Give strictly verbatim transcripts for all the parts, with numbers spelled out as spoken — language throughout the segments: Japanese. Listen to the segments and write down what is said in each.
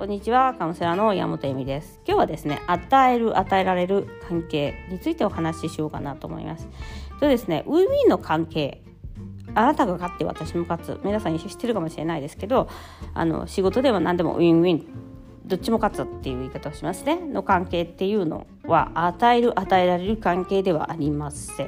こんにちは。カウンセラーの山本恵美です。今日はですね、与える与えられる関係についてお話ししようかなと思います。とですね、ウィンウィンの関係、あなたが勝って私も勝つ、皆さん一緒知ってるかもしれないですけど、あの仕事では何でもウィンウィン、どっちも勝つっていう言い方をしますね。の関係っていうのは与える与えられる関係ではありません。い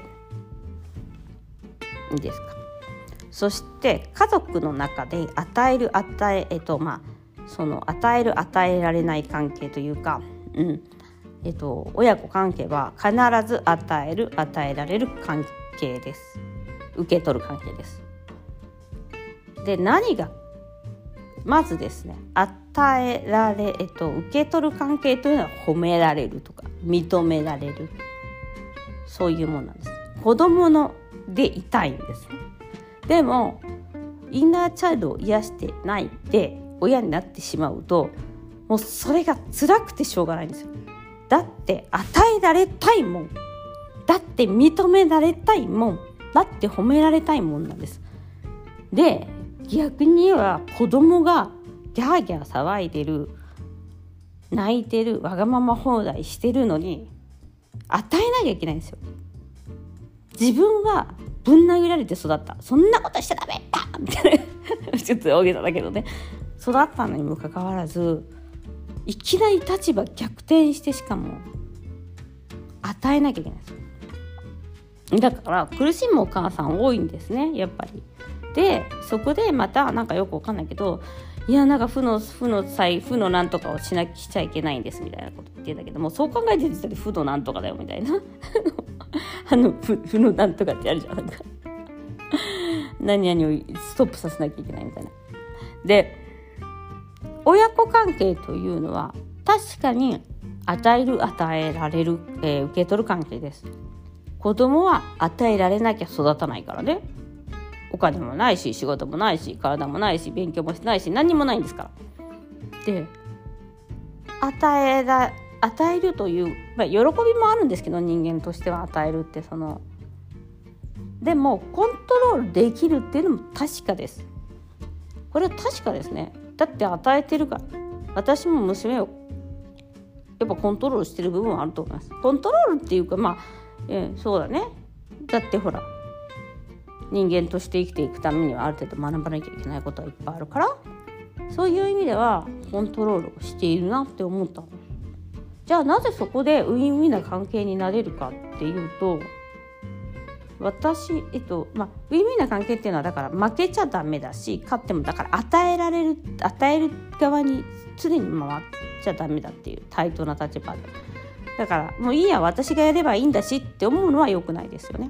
いですか。そして家族の中で与える与ええっとまあその与える与えられない関係というか、うんえっと、親子関係は必ず与える与えられる関係です。受け取る関係です。で、何がまずですね、与えられ、えっと、受け取る関係というのは褒められるとか認められる、そういうものなんです。子供のでいたいんですね。でもインナーチャイルドを癒してないで親になってしまうと、もうそれが辛くてしょうがないんですよ。だって与えられたいもん、だって認められたいもん、だって褒められたいもんなんです。で、逆に言えば子供がギャーギャー騒いでる、泣いてる、わがまま放題してるのに与えなきゃいけないんですよ。自分はぶん殴られて育った、そんなことしちゃダメだみたいなちょっと大げさだけどね、育ったのにもかかわらずいきなり立場逆転して、しかも与えなきゃいけないんですよ。だから苦しむお母さん多いんですね、やっぱり。で、そこでまたなんかよくわかんないけど、いやなんか負の負の際負のなんとかをしなしちゃいけないんですみたいなこと言ってんだけども、そう考えてる時点で負のなんとかだよみたいなあの負のなんとかってあるじゃん、なんか何々をストップさせなきゃいけないみたいな。で、親子関係というのは確かに与える与えられる、えー、受け取る関係です。子供は与えられなきゃ育たないからね。お金もないし、仕事もないし、体もないし、勉強もしてないし、何にもないんですから。で、与えら与えるという、まあ、喜びもあるんですけど、人間としては与えるってそのでもコントロールできるっていうのも確かです。これは確かですね。だって与えてるから。私も娘をやっぱコントロールしてる部分はあると思います。コントロールっていうか、まあ、えー、そうだね。だってほら、人間として生きていくためにはある程度学ばなきゃいけないことはいっぱいあるから、そういう意味ではコントロールをしているなって思ったの。じゃあなぜそこでウィンウィンな関係になれるかっていうと、私、えっとまあ、ウィンウィンな関係っていうのはだから負けちゃダメだし、勝ってもだから与えられる与える側に常に回っちゃダメだっていう対等な立場で、だからもういいや、私がやればいいんだしって思うのは良くないですよね。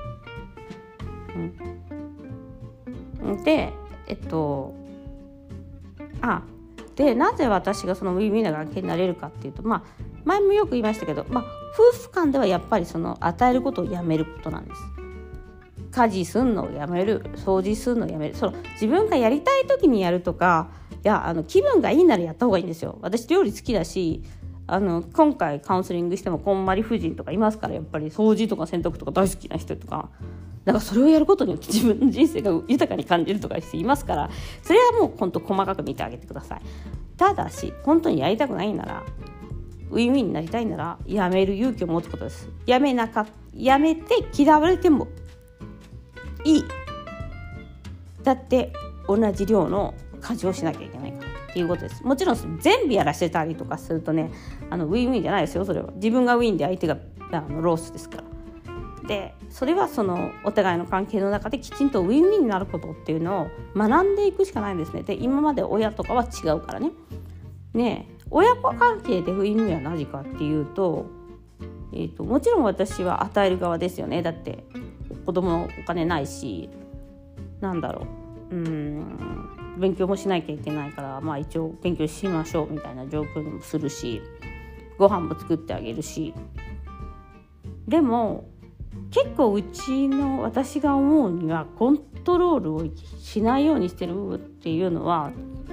うん、でえっとあでなぜ私がそのウィンウィンな関係になれるかっていうと、まあ前もよく言いましたけど、まあ、夫婦間ではやっぱりその与えることをやめることなんです。家事すんのをやめる、掃除するのをやめる、その自分がやりたい時にやるとか、いやあの気分がいいならやった方がいいんですよ。私料理好きだし、あの今回カウンセリングしてもこんまり夫人とかいますから、やっぱり掃除とか洗濯とか大好きな人とか、だからそれをやることによって自分の人生が豊かに感じるとかしていますから、それはもう本当細かく見てあげてください。ただし本当にやりたくないなら、ウィンウィンになりたいならやめる勇気を持つことです。やめなかやめて嫌われてもいい。だって同じ量の家事をしなきゃいけないからっていうことです。もちろん全部やらせたりとかするとね、あのウィンウィンじゃないですよ。それは自分がウィンで相手があのロースですから。で、それはそのお互いの関係の中できちんとウィンウィンになることっていうのを学んでいくしかないんですね。で、今まで親とかは違うからね。ねえ、親子関係でウィンウィンは何かっていうと、えーと、もちろん私は与える側ですよね。だって子供のお金ないし、なんだろう、うーん勉強もしなきゃいけないから、まあ一応勉強しましょうみたいな状況にもするし、ご飯も作ってあげるし。でも結構うちの私が思うには、コントロールをしないようにしてる部分っていうのは、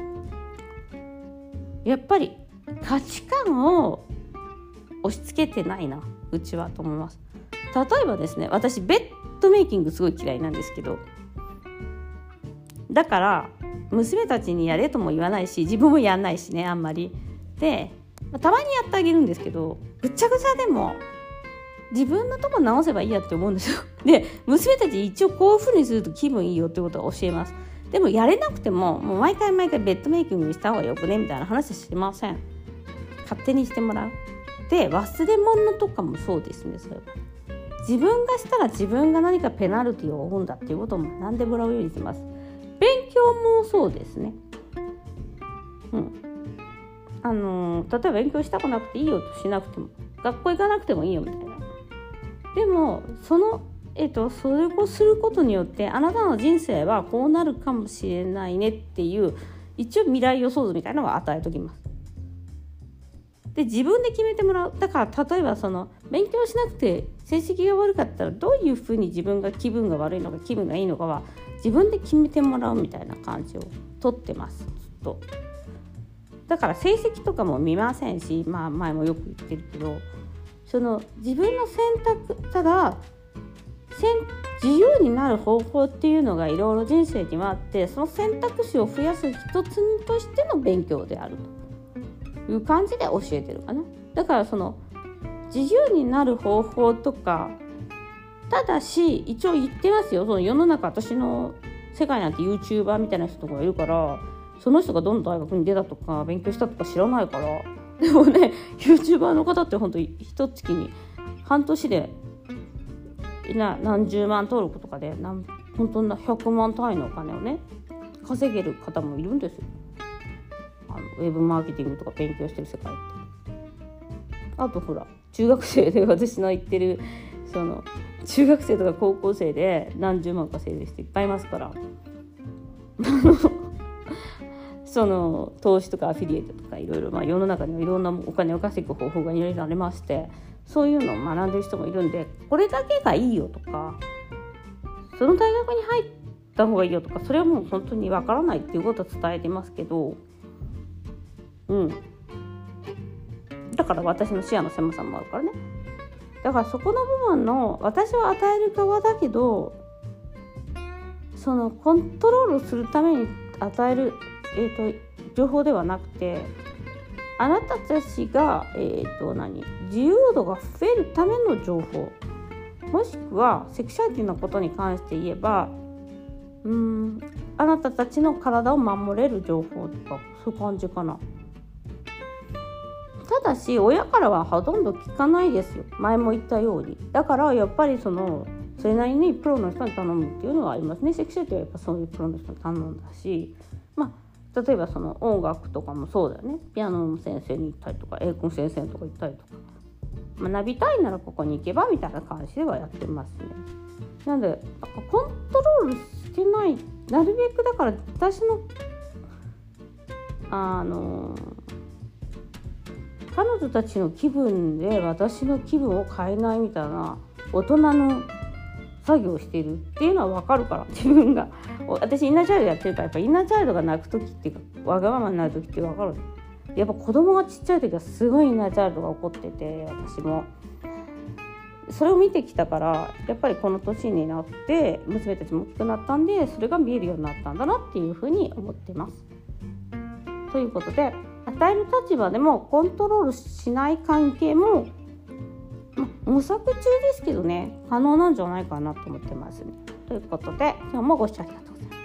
やっぱり価値観を押し付けてないな、うちはと思います。例えばですね、私ベッドメイキングすごい嫌いなんですけど、だから娘たちにやれとも言わないし、自分もやんないしね、あんまり。でたまにやってあげるんですけど、ぐっちゃぐちゃでも自分のとこ直せばいいやって思うんですよ。で娘たち一応こういう風にすると気分いいよってことは教えます。でもやれなくても、もう毎回毎回ベッドメイキングにした方がよくねみたいな話はしません。勝手にしてもらう。で忘れ物とかもそうですね。それは自分がしたら自分が何かペナルティを負うんだっていうことを学んでもらうようにします。勉強もそうですね。うんあのー、例えば勉強したくなくていいよとしなくても、学校行かなくてもいいよみたいな。でもその、えっと、それをすることによってあなたの人生はこうなるかもしれないねっていう一応未来予想図みたいなのを与えときます。で自分で決めてもらう。だから例えばその勉強しなくて成績が悪かったらどういうふうに自分が気分が悪いのか気分がいいのかは自分で決めてもらうみたいな感じをとってます。ずっとだから成績とかも見ませんし、まあ前もよく言ってるけど、その自分の選択、ただ自由になる方法っていうのがいろいろ人生にはあって、その選択肢を増やす一つとしての勉強であるという感じで教えてるかな。だからその自由になる方法とか、ただし一応言ってますよ。その世の中、私の世界なんて YouTuber みたいな人がいるから、その人がどの大学に出たとか勉強したとか知らないから。でもね YouTuber の方って本当に一月に半年でな何十万登録とかでなん本当なひゃくまん単位のお金をね稼げる方もいるんですよ。あのウェブマーケティングとか勉強してる世界って。あとほら中学生で私の言ってるその中学生とか高校生で何十万稼いでる人いっぱいいますからその投資とかアフィリエイトとかいろいろ、まあ、世の中にはいろんなお金を稼ぐ方法がいろいろありまして、そういうのを学んでる人もいるんで、これだけがいいよとかその大学に入った方がいいよとか、それはもう本当にわからないっていうことを伝えてますけど、うんだから私の視野の狭さもあるからね。だからそこの部分の私は与える側だけど、そのコントロールするために与える、えー、と情報ではなくて、あなたたちが、えー、と何自由度が増えるための情報、もしくはセクシュアリティのことに関して言えば、うーんあなたたちの体を守れる情報とか、そういう感じかな。ただし親からはほとんど聞かないですよ。前も言ったように。だからやっぱりそのそれなりにプロの人に頼むっていうのはありますね。セクシュアリティはやっぱそういうプロの人に頼んだし、まあ例えばその音楽とかもそうだよね。ピアノの先生に行ったりとか、英語の先生とか行ったりとか、学びたいならここに行けばみたいな感じではやってますね。なのでコントロールしてない、なるべくだから私のあの彼女たちの気分で私の気分を変えないみたいな大人の作業をしているっていうのは分かるから、自分が私インナーチャイルドやってるから、やっぱインナーチャイルドが泣く時っていうかわがままになる時って分かる。やっぱ子供がちっちゃい時はすごいインナーチャイルドが起こってて、私もそれを見てきたから、やっぱりこの年になって娘たちも大きくなったんで、それが見えるようになったんだなっていうふうに思ってます。ということで、与える立場でもコントロールしない関係も、ま、模索中ですけどね、可能なんじゃないかなと思ってますね。ということで今日もご視聴ありがとうございます。